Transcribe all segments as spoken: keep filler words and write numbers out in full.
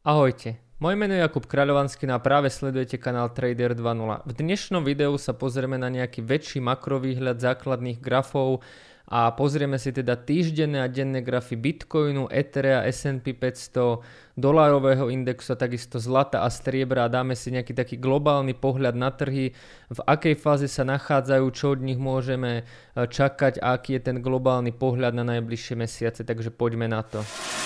Ahojte, moje meno je Jakub Kráľovanský a práve sledujete kanál Trader dva bodka nula. V dnešnom videu sa pozrieme na nejaký väčší makrovýhľad základných grafov a pozrieme si teda týždenné a denné grafy Bitcoinu, Etherea, es end pí päťsto, dolárového indexu a takisto zlata a striebra a dáme si nejaký taký globálny pohľad na trhy, v akej fáze sa nachádzajú, čo od nich môžeme čakať a aký je ten globálny pohľad na najbližšie mesiace, takže poďme na to.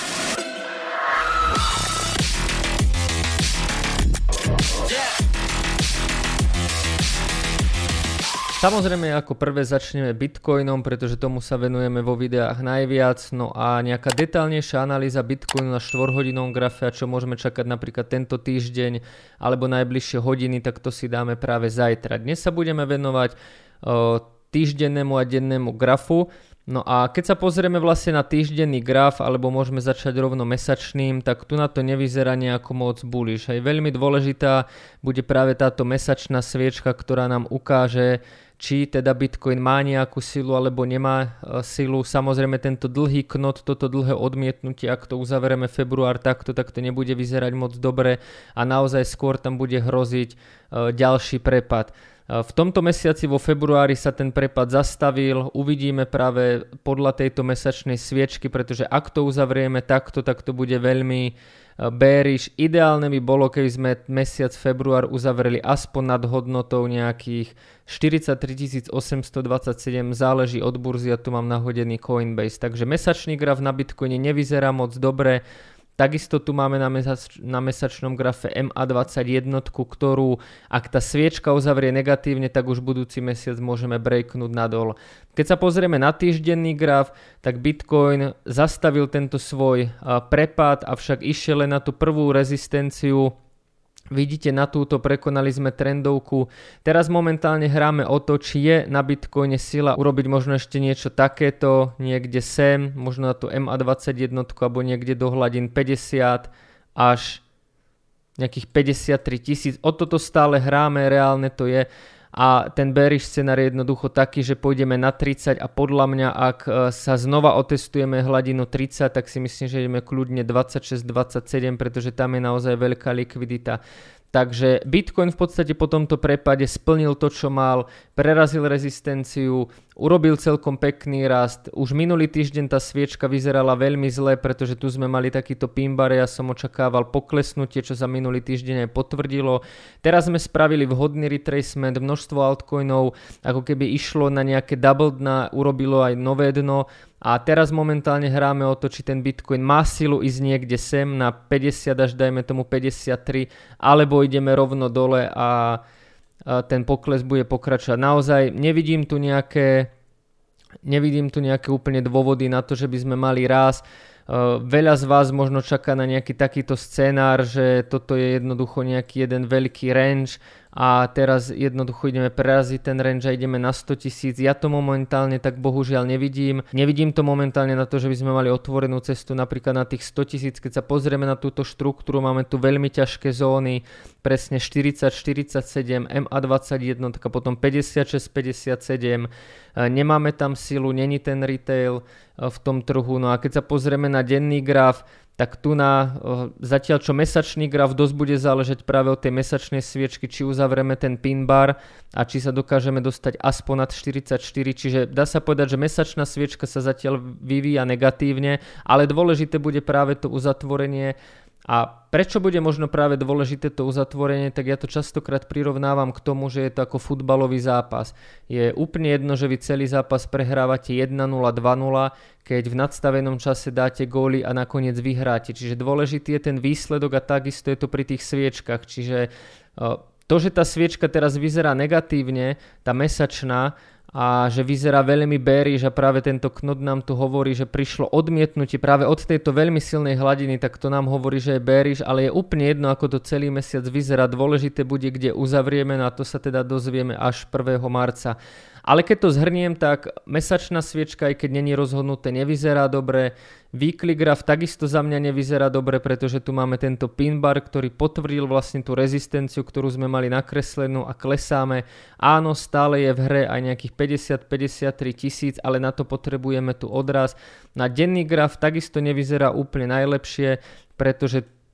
Samozrejme ako prvé začneme Bitcoinom, pretože tomu sa venujeme vo videách najviac, no a nejaká detailnejšia analýza Bitcoinu na štvorhodinovom grafe a čo môžeme čakať napríklad tento týždeň alebo najbližšie hodiny, tak to si dáme práve zajtra. Dnes sa budeme venovať o, týždennému a dennému grafu. No a keď sa pozrieme vlastne na týždenný graf, alebo môžeme začať rovno mesačným, tak tu na to nevyzerá nejako moc bullish. Aj veľmi dôležitá bude práve táto mesačná sviečka, ktorá nám ukáže, či teda Bitcoin má nejakú silu alebo nemá e, silu. Samozrejme tento dlhý knot, toto dlhé odmietnutie, ak to uzaverieme február takto, tak to nebude vyzerať moc dobre a naozaj skôr tam bude hroziť e, ďalší prepad. V tomto mesiaci vo februári sa ten prepad zastavil, uvidíme práve podľa tejto mesačnej sviečky, pretože ak to uzavrieme takto, tak to bude veľmi bearish. Ideálne by bolo, keby sme mesiac február uzavreli aspoň nad hodnotou nejakých štyridsaťtri tisíc osemstodvadsaťsedem, záleží od burzy, ja tu mám nahodený Coinbase, takže mesačný graf na Bitcoine nevyzerá moc dobre. Takisto tu máme na, mesač, na mesačnom grafe em á dvadsaťjeden, ktorú ak tá sviečka uzavrie negatívne, tak už budúci mesiac môžeme breaknúť nadol. Keď sa pozrieme na týždenný graf, tak Bitcoin zastavil tento svoj uh, prepad, avšak išiel len na tú prvú rezistenciu. Vidíte, na túto prekonali sme trendovku. Teraz momentálne hráme o to, či je na Bitcoine sila urobiť možno ešte niečo takéto, niekde sem, možno na tú em á dvadsaťjeden alebo niekde do hladín päťdesiat až nejakých päťdesiattri tisíc. O toto stále hráme, reálne to je. A ten bearish scenár je jednoducho taký, že pôjdeme na tridsať a podľa mňa, ak sa znova otestujeme hladinu tridsať, tak si myslím, že ideme kľudne dvadsaťšesť dvadsaťsedem, pretože tam je naozaj veľká likvidita. Takže Bitcoin v podstate po tomto prepade splnil to, čo mal, prerazil rezistenciu, urobil celkom pekný rast. Už minulý týždeň tá sviečka vyzerala veľmi zle, pretože tu sme mali takýto pin bar, ja som očakával poklesnutie, čo sa minulý týždeň aj potvrdilo. Teraz sme spravili vhodný retracement, množstvo altcoinov ako keby išlo na nejaké double dna, urobilo aj nové dno. A teraz momentálne hráme o to, či ten Bitcoin má silu ísť niekde sem na päťdesiat až dajme tomu päťdesiattri, alebo ideme rovno dole a ten pokles bude pokračovať. Naozaj nevidím tu nejaké, nevidím tu nejaké úplne dôvody na to, že by sme mali rast. Veľa z vás možno čaká na nejaký takýto scenár, že toto je jednoducho nejaký jeden veľký range a teraz jednoducho ideme preraziť ten range a ideme na sto tisíc. Ja to momentálne tak bohužiaľ nevidím. Nevidím to momentálne na to, že by sme mali otvorenú cestu napríklad na tých sto tisíc. Keď sa pozrieme na túto štruktúru, máme tu veľmi ťažké zóny, presne štyridsať štyridsaťsedem, em á dvadsaťjeden, a potom päťdesiatšesť päťdesiatsedem. Nemáme tam silu, není ten retail v tom trhu. No a keď sa pozrieme na denný graf, tak tu na zatiaľ čo mesačný graf dosť bude záležať práve od tej mesačnej sviečky, či uzavrieme ten pin bar a či sa dokážeme dostať aspoň nad štyridsaťštyri, čiže dá sa povedať, že mesačná sviečka sa zatiaľ vyvíja negatívne, ale dôležité bude práve to uzatvorenie. A prečo bude možno práve dôležité to uzatvorenie, tak ja to častokrát prirovnávam k tomu, že je to ako futbalový zápas. Je úplne jedno, že vy celý zápas prehrávate jeden nula, dva nula, keď v nadstavenom čase dáte góly a nakoniec vyhráte. Čiže dôležitý je ten výsledok a takisto je to pri tých sviečkach. Čiže to, že tá sviečka teraz vyzerá negatívne, tá mesačná, a že vyzerá veľmi bearish a práve tento knot nám tu hovorí, že prišlo odmietnutie práve od tejto veľmi silnej hladiny, tak to nám hovorí, že je bearish, ale je úplne jedno, ako to celý mesiac vyzerá. Dôležité bude, kde uzavrieme, no a to sa teda dozvieme až prvého marca. Ale keď to zhrniem, tak mesačná sviečka, aj keď není rozhodnuté, nevyzerá dobre. Weekly graf takisto za mňa nevyzerá dobre, pretože tu máme tento pin bar, ktorý potvrdil vlastne tú rezistenciu, ktorú sme mali nakreslenú a klesáme. Áno, stále je v hre aj nejakých päťdesiat päťdesiattri tisíc, ale na to potrebujeme tu odraz. Na denný graf takisto nevyzerá úplne najlepšie, pretože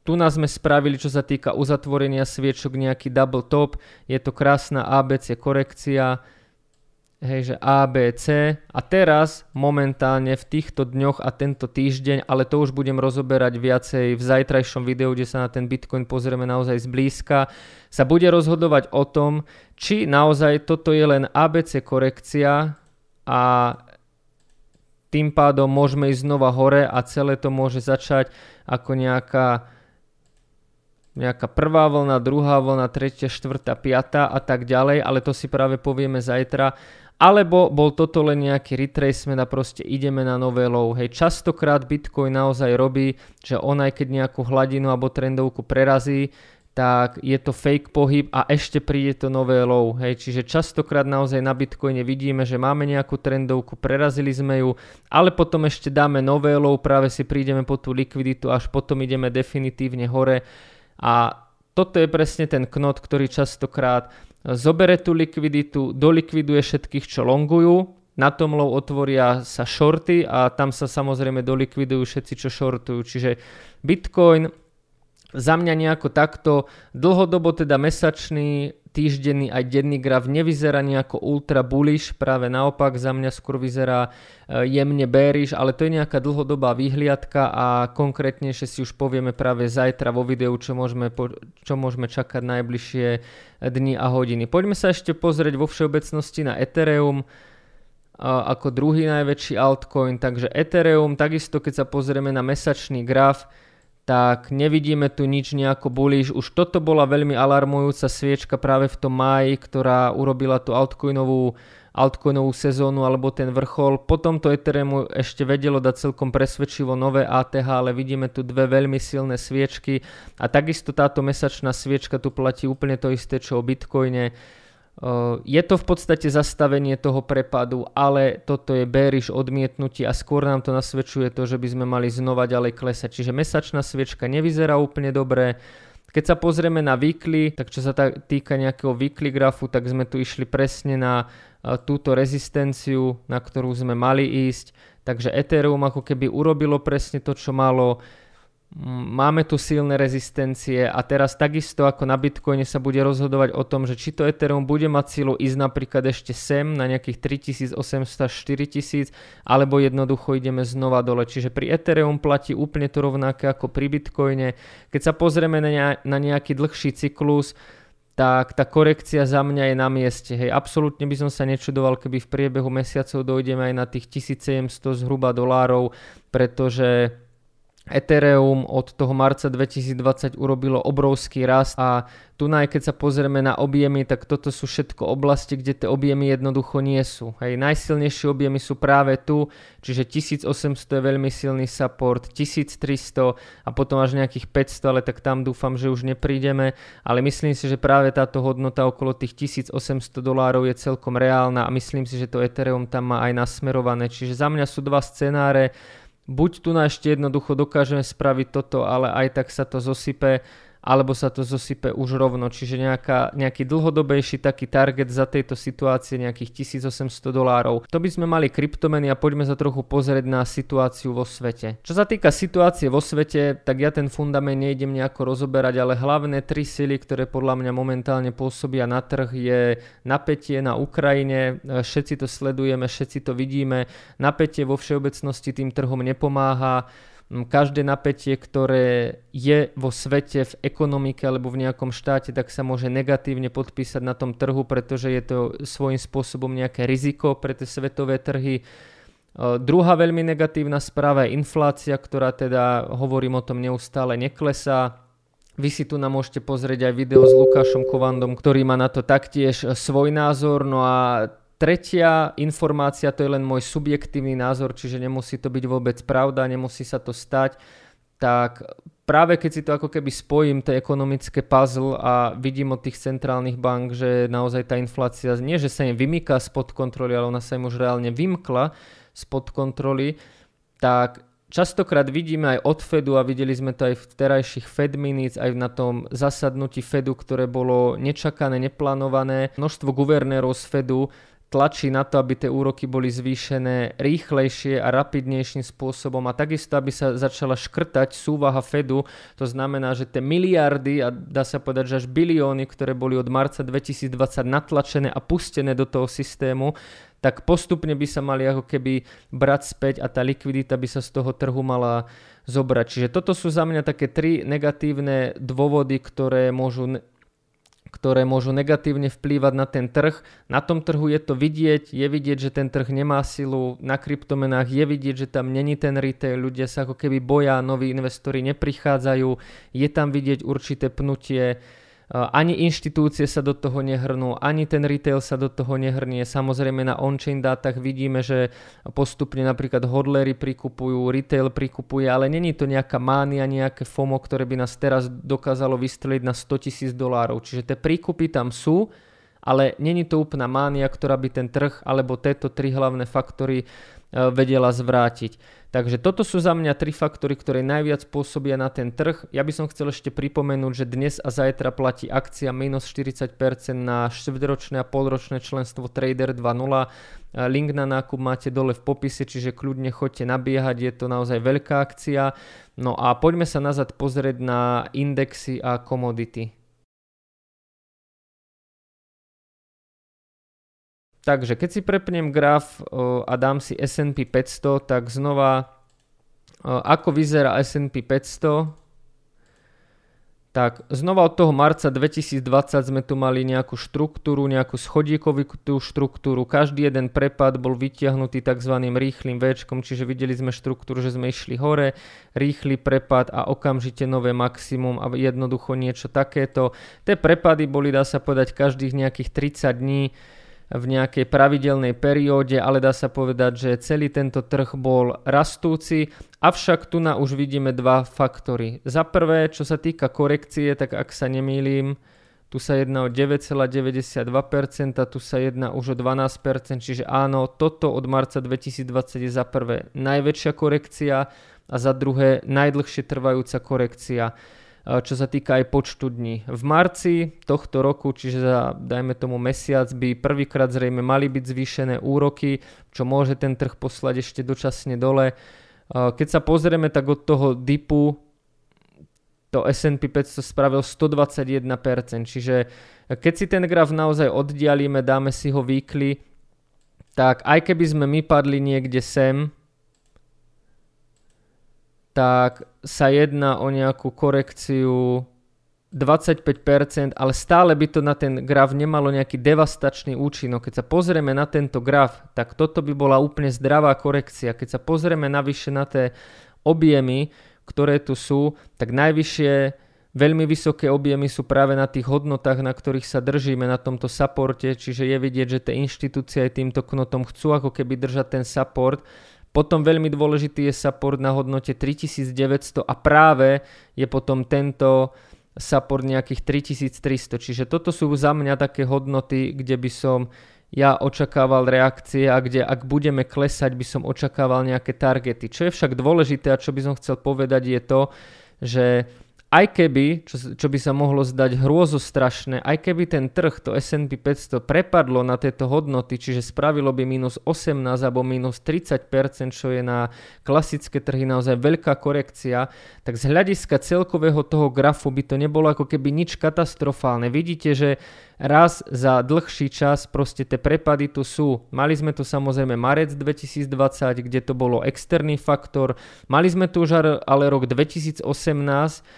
Tu nás sme spravili, čo sa týka uzatvorenia sviečok, nejaký double top. Je to krásna á bé cé korekcia. Hej, že A, B, C. A teraz momentálne v týchto dňoch a tento týždeň, ale to už budem rozoberať viacej v zajtrajšom videu, kde sa na ten Bitcoin pozrieme naozaj zblízka, sa bude rozhodovať o tom, či naozaj toto je len á bé cé korekcia a tým pádom môžeme ísť znova hore a celé to môže začať ako nejaká nejaká prvá vlna, druhá vlna, tretia, štvrtá, piatá a tak ďalej, ale to si práve povieme zajtra. Alebo bol toto len nejaký retracement a proste ideme na nové low. Hej, častokrát Bitcoin naozaj robí, že on aj keď nejakú hladinu alebo trendovku prerazí, tak je to fake pohyb a ešte príde to nové low. Hej, čiže častokrát naozaj na Bitcoine vidíme, že máme nejakú trendovku, prerazili sme ju, ale potom ešte dáme nové low, práve si prídeme po tú likviditu, až potom ideme definitívne hore. A toto je presne ten knot, ktorý častokrát zobere tú likviditu, dolikviduje všetkých, čo longujú, na tom low otvoria sa shorty a tam sa samozrejme dolikvidujú všetci, čo shortujú. Čiže Bitcoin za mňa nejako takto dlhodobo, teda mesačný, týždenný aj denný graf nevyzerá nejako ultra bullish, práve naopak za mňa skôr vyzerá jemne bearish, ale to je nejaká dlhodobá výhliadka a konkrétnejšie si už povieme práve zajtra vo videu, čo môžeme, čo môžeme čakať najbližšie dni a hodiny. Poďme sa ešte pozrieť vo všeobecnosti na Ethereum ako druhý najväčší altcoin, takže Ethereum, takisto keď sa pozrieme na mesačný graf, tak nevidíme tu nič nejako bullish. Už toto bola veľmi alarmujúca sviečka práve v tom máji, ktorá urobila tú altcoinovú, altcoinovú sezónu alebo ten vrchol. Potom to Ethereumu ešte vedelo dať celkom presvedčivo nové á té há, ale vidíme tu dve veľmi silné sviečky a takisto táto mesačná sviečka tu platí úplne to isté, čo o Bitcoine. Uh, je to v podstate zastavenie toho prepadu, ale toto je bearish odmietnutie a skôr nám to nasvedčuje to, že by sme mali znova ďalej klesať. Čiže mesačná sviečka nevyzerá úplne dobre. Keď sa pozrieme na weekly, tak čo sa týka nejakého weekly grafu, tak sme tu išli presne na uh, túto rezistenciu, na ktorú sme mali ísť. Takže Ethereum ako keby urobilo presne to, čo malo. Máme tu silné rezistencie a teraz takisto ako na Bitcoine sa bude rozhodovať o tom, že či to Ethereum bude mať silu ísť napríklad ešte sem na nejakých tritisícosemsto až štyritisíc alebo jednoducho ideme znova dole. Čiže pri Ethereum platí úplne to rovnaké ako pri Bitcoine. Keď sa pozrieme na nejaký dlhší cyklus, tak tá korekcia za mňa je na mieste. Hej, absolútne by som sa nečudoval, keby v priebehu mesiacov dojdeme aj na tých tisícsedemsto zhruba dolárov, pretože Ethereum od toho marca dvetisícdvadsať urobilo obrovský rast a tu aj keď sa pozrieme na objemy, tak toto sú všetko oblasti, kde tie objemy jednoducho nie sú. Hej, najsilnejšie objemy sú práve tu, čiže tisícosemsto je veľmi silný support, tisíctristo a potom až nejakých päťsto, ale tak tam dúfam, že už neprídeme, ale myslím si, že práve táto hodnota okolo tých tisícosemsto dolárov je celkom reálna a myslím si, že to Ethereum tam má aj nasmerované, čiže za mňa sú dva scenáre. Buď tu na ešte jednoducho dokážeme spraviť toto, ale aj tak sa to zosype, alebo sa to zosype už rovno. Čiže nejaká, nejaký dlhodobejší taký target za tejto situácie nejakých tisícosemsto dolárov. To by sme mali kryptomeny a poďme sa trochu pozrieť na situáciu vo svete. Čo sa týka situácie vo svete, tak ja ten fundament nejdem nejako rozoberať, ale hlavné tri sily, ktoré podľa mňa momentálne pôsobia na trh, je napätie na Ukrajine. Všetci to sledujeme, všetci to vidíme. Napätie vo všeobecnosti tým trhom nepomáha. Každé napätie, ktoré je vo svete, v ekonomike alebo v nejakom štáte, tak sa môže negatívne podpísať na tom trhu, pretože je to svojím spôsobom nejaké riziko pre tie svetové trhy. Druhá veľmi negatívna správa je inflácia, ktorá teda, hovorím o tom neustále, neklesá. Vy si tu nám môžete pozrieť aj video s Lukášom Kovandom, ktorý má na to taktiež svoj názor. No a tretia informácia, to je len môj subjektívny názor, čiže nemusí to byť vôbec pravda, nemusí sa to stať, tak práve keď si to ako keby spojím, to ekonomické puzzle a vidím od tých centrálnych bank, že naozaj tá inflácia, nie že sa im vymýka spod kontroly, ale ona sa im už reálne vymkla spod kontroly, tak častokrát vidíme aj od Fedu a videli sme to aj v terajších Fed Minutes, aj na tom zasadnutí Fedu, ktoré bolo nečakané, neplánované. Množstvo guvernérov z Fedu tlačí na to, aby tie úroky boli zvýšené rýchlejšie a rapidnejším spôsobom a takisto, aby sa začala škrtať súvaha Fedu. To znamená, že tie miliardy a dá sa povedať, že až bilióny, ktoré boli od marca dvetisícdvadsať natlačené a pustené do toho systému, tak postupne by sa mali ako keby brať späť a tá likvidita by sa z toho trhu mala zobrať. Čiže toto sú za mňa také tri negatívne dôvody, ktoré môžu ktoré môžu negatívne vplývať na ten trh. Na tom trhu je to vidieť, je vidieť, že ten trh nemá silu, na kryptomenách je vidieť, že tam není ten retail, ľudia sa ako keby boja, noví investori neprichádzajú, je tam vidieť určité pnutie, ani inštitúcie sa do toho nehrnú, ani ten retail sa do toho nehrnie. Samozrejme na on-chain dátach vidíme, že postupne napríklad hodlery prikupujú, retail prikupuje, ale není to nejaká mánia, nejaké FOMO, ktoré by nás teraz dokázalo vystreliť na stotisíc dolárov. Čiže tie príkupy tam sú, ale není to úplná mánia, ktorá by ten trh alebo tieto tri hlavné faktory vedela zvrátiť. Takže toto sú za mňa tri faktory, ktoré najviac pôsobia na ten trh. Ja by som chcel ešte pripomenúť, že dnes a zajtra platí akcia minus štyridsať percent na štvrťročné a polročné členstvo Trader dva bodka nula. Link na nákup máte dole v popise, čiže kľudne choďte nabiehať, je to naozaj veľká akcia. No a poďme sa nazad pozrieť na indexy a komodity. Takže keď si prepnem graf a dám si es end pí päťsto, tak znova ako vyzerá es end pí päťsto, tak znova od toho marca dvetisícdvadsať sme tu mali nejakú štruktúru, nejakú schodíkovú štruktúru, každý jeden prepad bol vytiahnutý tzv. Rýchlym véčkom, čiže videli sme štruktúru, že sme išli hore, rýchly prepad a okamžite nové maximum a jednoducho niečo takéto. Tie prepady boli, dá sa povedať, každých nejakých tridsať dní, v nejakej pravidelnej perióde, ale dá sa povedať, že celý tento trh bol rastúci, avšak tu na už vidíme dva faktory. Za prvé, čo sa týka korekcie, tak ak sa nemýlim, tu sa jedná o deväť celá deväťdesiatdva percent, tu sa jedná už o dvanásť percent, čiže áno, toto od marca dvetisícdvadsať je za prvé najväčšia korekcia a za druhé najdlhšie trvajúca korekcia, čo sa týka aj počtu dní. V marci tohto roku, čiže za, dajme tomu mesiac, by prvýkrát zrejme mali byť zvýšené úroky, čo môže ten trh poslať ešte dočasne dole. Keď sa pozrieme, tak od toho dipu to es end pí päťsto spravil stodvadsaťjeden percent, čiže keď si ten graf naozaj oddialíme, dáme si ho weekly, tak aj keby sme my padli niekde sem, tak sa jedná o nejakú korekciu dvadsaťpäť percent, ale stále by to na ten graf nemalo nejaký devastačný účinok. Keď sa pozrieme na tento graf, tak toto by bola úplne zdravá korekcia. Keď sa pozrieme navyše na tie objemy, ktoré tu sú, tak najvyššie, veľmi vysoké objemy sú práve na tých hodnotách, na ktorých sa držíme, na tomto supporte, čiže je vidieť, že tie inštitúcie aj týmto knotom chcú ako keby držať ten support. Potom veľmi dôležitý je support na hodnote tritisícdeväťsto a práve je potom tento support nejakých tritisíctristo. Čiže toto sú za mňa také hodnoty, kde by som ja očakával reakcie a kde ak budeme klesať, by som očakával nejaké targety. Čo je však dôležité a čo by som chcel povedať je to, že aj keby, čo, čo by sa mohlo zdať hrôzostrašné, aj keby ten trh, to es end pí päťsto prepadlo na tieto hodnoty, čiže spravilo by minus osemnásť alebo minus tridsať percent, čo je na klasické trhy naozaj veľká korekcia, tak z hľadiska celkového toho grafu by to nebolo ako keby nič katastrofálne. Vidíte, že raz za dlhší čas proste tie prepady tu sú. Mali sme tu samozrejme marec dvetisícdvadsať, kde to bolo externý faktor. Mali sme tu už ale rok dvetisícosemnásť,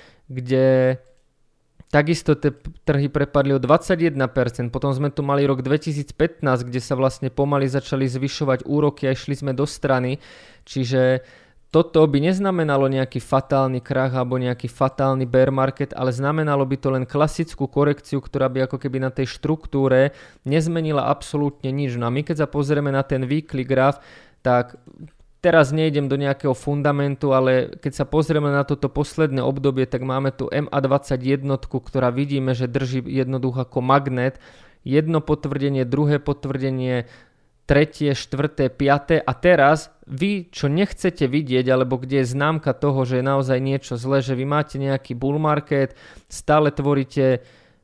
kde takisto tie trhy prepadli o dvadsaťjeden percent. Potom sme tu mali rok dvetisícpätnásť, kde sa vlastne pomaly začali zvyšovať úroky a išli sme do strany. Čiže toto by neznamenalo nejaký fatálny krach alebo nejaký fatálny bear market, ale znamenalo by to len klasickú korekciu, ktorá by ako keby na tej štruktúre nezmenila absolútne nič. No a my keď sa pozrieme na ten weekly graf, tak teraz nejdem do nejakého fundamentu, ale keď sa pozrieme na toto posledné obdobie, tak máme tu em á dvadsaťjeden, ktorá vidíme, že drží jednoducho ako magnet. Jedno potvrdenie, druhé potvrdenie, tretie, štvrté, piaté a teraz vy, čo nechcete vidieť, alebo kde je známka toho, že je naozaj niečo zlé, že vy máte nejaký bull market, stále tvoríte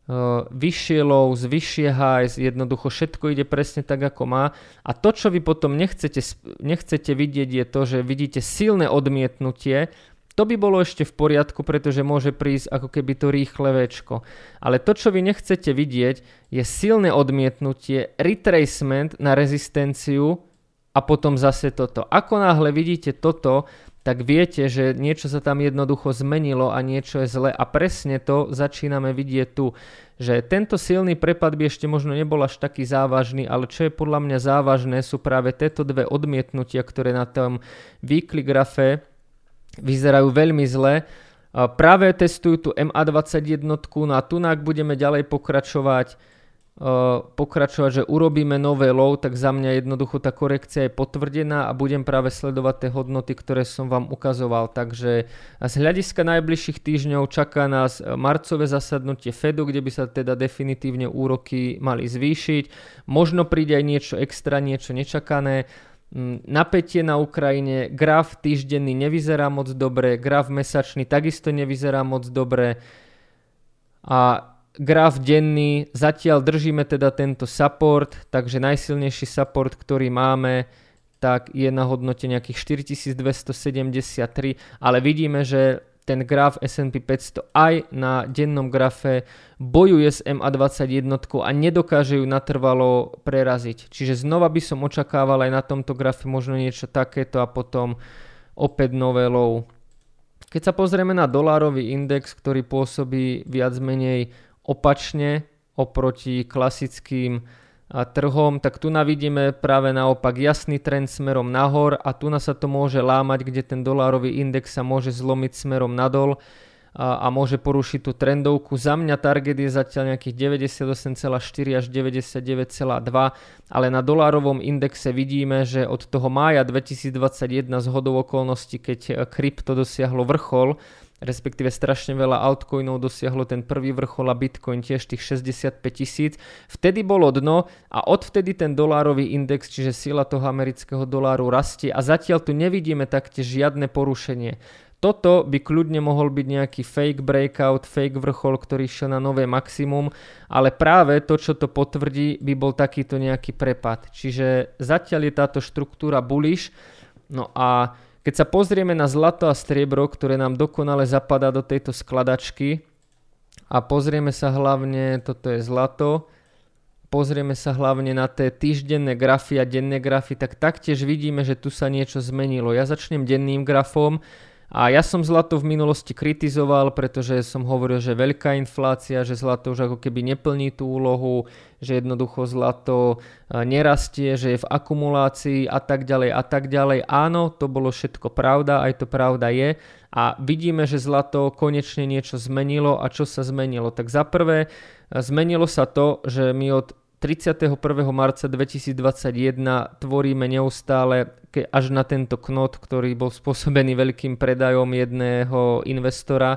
Uh, vyššie lows, vyššie highs, jednoducho všetko ide presne tak, ako má. A to, čo vy potom nechcete, nechcete vidieť, je to, že vidíte silné odmietnutie. To by bolo ešte v poriadku, pretože môže prísť ako keby to rýchle véčko. Ale to, čo vy nechcete vidieť, je silné odmietnutie, retracement na rezistenciu a potom zase toto. Ako náhle vidíte toto, tak viete, že niečo sa tam jednoducho zmenilo a niečo je zle a presne to začíname vidieť tu, že tento silný prepad by ešte možno nebol až taký závažný, ale čo je podľa mňa závažné sú práve tieto dve odmietnutia, ktoré na tom weekly grafe vyzerajú veľmi zle. Práve testujú tu em á dvadsaťjeden, no a tu ak budeme ďalej pokračovať, Uh, pokračovať, že urobíme nové low, tak za mňa jednoducho tá korekcia je potvrdená a budem práve sledovať tie hodnoty, ktoré som vám ukazoval. Takže z hľadiska najbližších týždňov čaká nás marcové zasadnutie Fedu, kde by sa teda definitívne úroky mali zvýšiť. Možno príde aj niečo extra, niečo nečakané. Napätie na Ukrajine, graf týždenný nevyzerá moc dobre, graf mesačný takisto nevyzerá moc dobre a graf denný, zatiaľ držíme teda tento support, takže najsilnejší support, ktorý máme, tak je na hodnote nejakých štyritisícdvestosedemdesiattri, ale vidíme, že ten graf es end pí päťsto aj na dennom grafe bojuje s em á dvadsaťjeden a nedokáže ju natrvalo preraziť. Čiže znova by som očakával aj na tomto grafe možno niečo takéto a potom opäť nové low. Keď sa pozrieme na dolárový index, ktorý pôsobí viac menej opačne oproti klasickým a, trhom, tak tu vidíme práve naopak jasný trend smerom nahor a tu sa to môže lámať, kde ten dolárový index sa môže zlomiť smerom nadol a, a môže porušiť tú trendovku. Za mňa target je zatiaľ nejakých deväťdesiatosem celá štyri až deväťdesiatdeväť celá dva, ale na dolárovom indexe vidíme, že od toho mája dvetisícdvadsaťjeden z hodou okolností, keď krypto dosiahlo vrchol, respektíve strašne veľa altcoinov dosiahlo ten prvý vrchol a Bitcoin tiež tých šesťdesiatpäť tisíc. Vtedy bolo dno a odvtedy ten dolárový index, čiže sila toho amerického doláru rastie a zatiaľ tu nevidíme taktiež žiadne porušenie. Toto by kľudne mohol byť nejaký fake breakout, fake vrchol, ktorý šiel na nové maximum, ale práve to, čo to potvrdí, by bol takýto nejaký prepad. Čiže zatiaľ je táto štruktúra bullish. No a keď sa pozrieme na zlato a striebro, ktoré nám dokonale zapadá do tejto skladačky a pozrieme sa hlavne, toto je zlato, pozrieme sa hlavne na tie týždenné grafy a denné grafy, tak taktiež vidíme, že tu sa niečo zmenilo. Ja začnem denným grafom. A ja som zlato v minulosti kritizoval, pretože som hovoril, že veľká inflácia, že zlato už ako keby neplní tú úlohu, že jednoducho zlato nerastie, že je v akumulácii a tak ďalej a tak ďalej. Áno, to bolo všetko pravda, aj to pravda je. A vidíme, že zlato konečne niečo zmenilo. A čo sa zmenilo? Tak za prvé, zmenilo sa to, že my od tridsiateho prvého marca dvetisícdvadsaťjeden tvoríme neustále až na tento knot, ktorý bol spôsobený veľkým predajom jedného investora,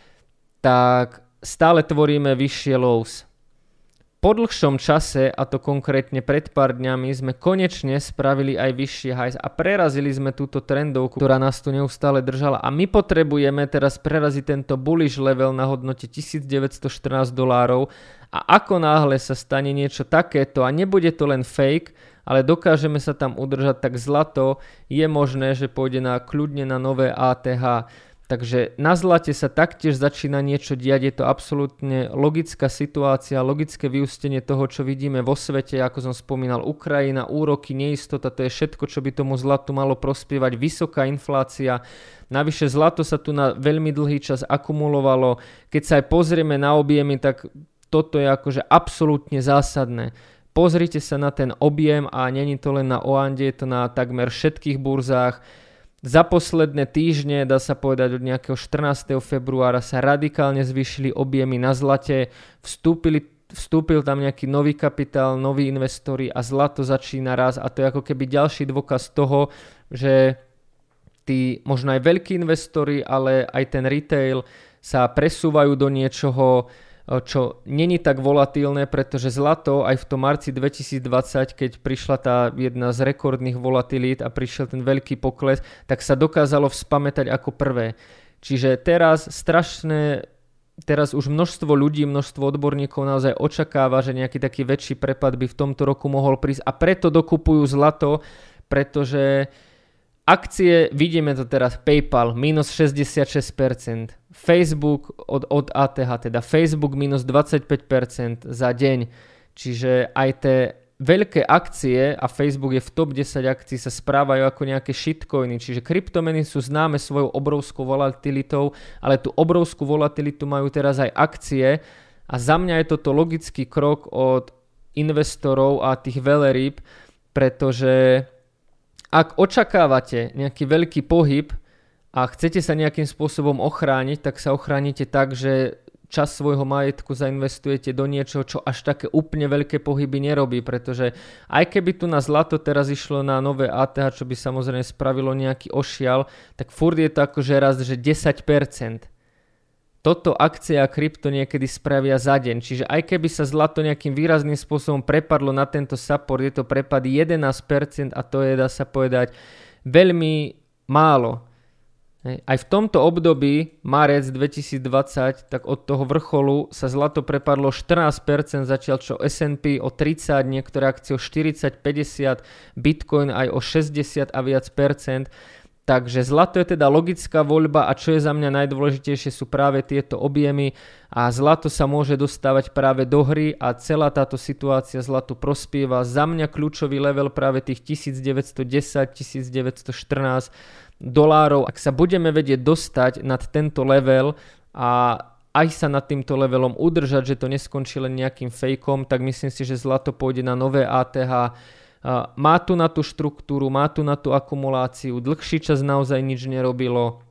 tak stále tvoríme vyššie lows. Po dlhšom čase, a to konkrétne pred pár dňami, sme konečne spravili aj vyššie highs a prerazili sme túto trendovku, ktorá nás tu neustále držala. A my potrebujeme teraz preraziť tento bullish level na hodnote tisícdeväťstoštrnásť dolárov a ako náhle sa stane niečo takéto a nebude to len fake, ale dokážeme sa tam udržať, tak zlato je možné, že pôjde na kľudne na nové á té há. Takže na zlate sa taktiež začína niečo diať, je to absolútne logická situácia, logické vyústenie toho, čo vidíme vo svete, ako som spomínal, Ukrajina, úroky, neistota, to je všetko, čo by tomu zlatu malo prospievať, vysoká inflácia. Navyše zlato sa tu na veľmi dlhý čas akumulovalo, keď sa aj pozrieme na objemy, tak toto je akože absolútne zásadné. Pozrite sa na ten objem a není to len na Oande, je to na takmer všetkých burzách. Za posledné týždne, dá sa povedať od nejakého štrnásteho februára sa radikálne zvýšili objemy na zlate, vstúpili, vstúpil tam nejaký nový kapitál, noví investori a zlato začína raz a to je ako keby ďalší dôkaz toho, že tí možno aj veľkí investori, ale aj ten retail sa presúvajú do niečoho, čo není tak volatilné, pretože zlato aj v tom marci dvetisícdvadsať, keď prišla tá jedna z rekordných volatilít a prišiel ten veľký pokles, tak sa dokázalo vzpamätať ako prvé. Čiže teraz strašné teraz už množstvo ľudí, množstvo odborníkov naozaj očakáva, že nejaký taký väčší prepad by v tomto roku mohol prísť a preto dokupujú zlato, pretože akcie, vidíme to teraz, PayPal minus šesťdesiatšesť percent, Facebook od, od á té há, teda Facebook minus dvadsaťpäť percent za deň, čiže aj tie veľké akcie, a Facebook je v top desať akcií, sa správajú ako nejaké shitcoiny, čiže kryptomeny sú známe svojou obrovskou volatilitou, ale tú obrovskú volatilitu majú teraz aj akcie a za mňa je toto logický krok od investorov a tých veľerýb, pretože ak očakávate nejaký veľký pohyb a chcete sa nejakým spôsobom ochrániť, tak sa ochránite tak, že čas svojho majetku zainvestujete do niečoho, čo až také úplne veľké pohyby nerobí, pretože aj keby tu na zlato teraz išlo na nové á té há, čo by samozrejme spravilo nejaký ošial, tak furt je to akože raz, že desať percent. Toto akcie a krypto niekedy spravia za deň, čiže aj keby sa zlato nejakým výrazným spôsobom prepadlo na tento support, je to prepad jedenásť percent a to je, dá sa povedať, veľmi málo. Aj v tomto období, marec dvetisícdvadsať, tak od toho vrcholu sa zlato prepadlo štrnásť percent, zatiaľ čo es end pí o tridsať, niektoré akcie o štyridsať, päťdesiat, Bitcoin aj o šesťdesiat a viac percent. Takže zlato je teda logická voľba a čo je za mňa najdôležitejšie sú práve tieto objemy a zlato sa môže dostávať práve do hry a celá táto situácia zlatu prospieva. Za mňa kľúčový level práve tých tisícdeväťstodesať, tisícdeväťstoštrnásť dolárov. Ak sa budeme vedieť dostať nad tento level a aj sa nad týmto levelom udržať, že to neskončí len nejakým fejkom, tak myslím si, že zlato pôjde na nové á té há. Uh, má tu na tú štruktúru, má tu na tú akumuláciu, dlhší čas naozaj nič nerobilo.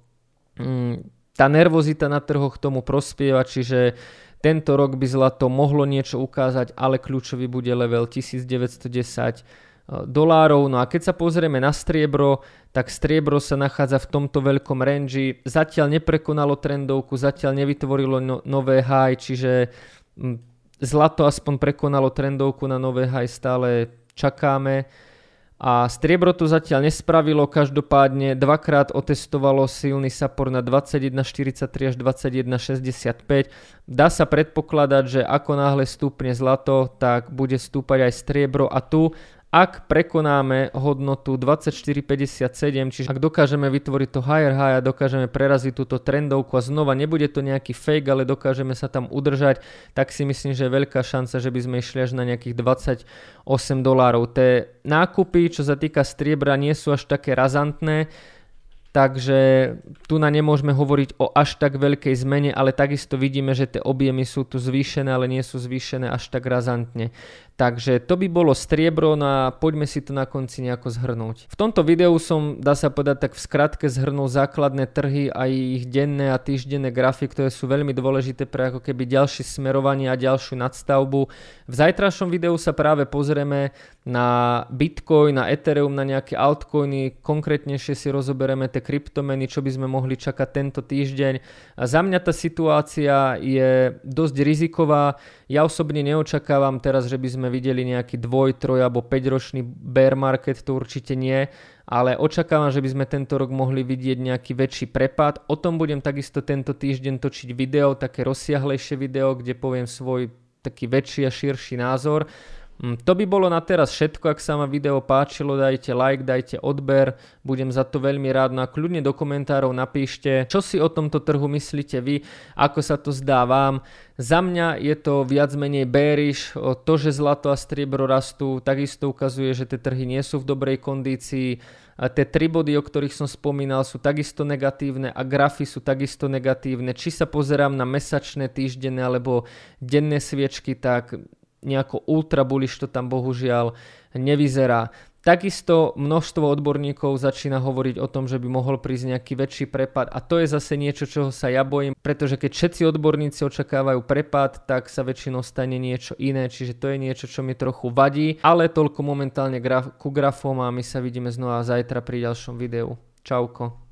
Mm, tá nervozita na trhoch tomu prospieva, čiže tento rok by zlato mohlo niečo ukázať, ale kľúčový bude level tisícdeväťstodesať dolárov. No a keď sa pozrieme na striebro, tak striebro sa nachádza v tomto veľkom range. Zatiaľ neprekonalo trendovku, zatiaľ nevytvorilo no, nové high, čiže mm, zlato aspoň prekonalo trendovku na nové high, stále čakáme a striebro to zatiaľ nespravilo, každopádne dvakrát otestovalo silný support na dvadsaťjeden štyridsaťtri až dvadsaťjeden šesťdesiatpäť. Dá sa predpokladať, že ako náhle stúpne zlato, tak bude stúpať aj striebro a tu ak prekonáme hodnotu dvadsaťštyri päťdesiatsedem, čiže ak dokážeme vytvoriť to higher high a dokážeme preraziť túto trendovku a znova nebude to nejaký fake, ale dokážeme sa tam udržať, tak si myslím, že je veľká šanca, že by sme išli až na nejakých dvadsaťosem dolárov. Tie nákupy, čo sa týka striebra, nie sú až také razantné, takže tu na nemôžeme hovoriť o až tak veľkej zmene, ale takisto vidíme, že tie objemy sú tu zvýšené, ale nie sú zvýšené až tak razantne. Takže to by bolo striebro, no a poďme si to na konci nejako zhrnúť. V tomto videu som, dá sa povedať, tak v skratke zhrnul základné trhy a ich denné a týždenné grafy, ktoré sú veľmi dôležité pre ako keby ďalšie smerovanie a ďalšiu nadstavbu. V zajtrašom videu sa práve pozrieme na Bitcoin, na Ethereum, na nejaké altcoiny, konkrétnejšie si rozoberieme tie kryptomeny, čo by sme mohli čakať tento týždeň. A za mňa tá situácia je dosť riziková. Ja osobne neočakávam teraz, že by sme videli nejaký dvoj, troj alebo päťročný bear market, to určite nie, ale očakávam, že by sme tento rok mohli vidieť nejaký väčší prepad. O tom budem takisto tento týždeň točiť video, také rozsiahlejšie video, kde poviem svoj taký väčší a širší názor. To by bolo na teraz všetko. Ak sa vám video páčilo, dajte like, dajte odber, budem za to veľmi rád. No a kľudne do komentárov napíšte, čo si o tomto trhu myslíte vy, ako sa to zdá vám. Za mňa je to viac menej bearish. To, že zlato a striebro rastú, takisto ukazuje, že tie trhy nie sú v dobrej kondícii. A tie tri body, o ktorých som spomínal, sú takisto negatívne a grafy sú takisto negatívne. Či sa pozerám na mesačné, týždenné alebo denné sviečky, tak nejako ultra bullish to tam bohužiaľ nevyzerá. Takisto množstvo odborníkov začína hovoriť o tom, že by mohol prísť nejaký väčší prepad a to je zase niečo, čoho sa ja bojím, pretože keď všetci odborníci očakávajú prepad, tak sa väčšinou stane niečo iné, čiže to je niečo, čo mi trochu vadí, ale toľko momentálne graf- ku grafom a my sa vidíme znova zajtra pri ďalšom videu. Čauko.